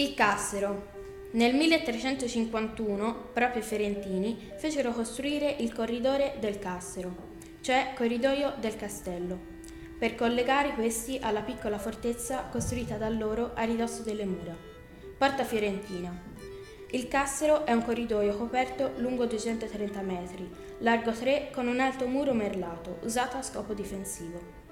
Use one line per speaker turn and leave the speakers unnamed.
Il Cassero. Nel 1351, proprio i fiorentini fecero costruire il corridore del Cassero, cioè corridoio del castello, per collegare questi alla piccola fortezza costruita da loro a ridosso delle mura. Porta Fiorentina. Il Cassero è un corridoio coperto lungo 230 metri, largo 3 con un alto muro merlato, usato a scopo difensivo.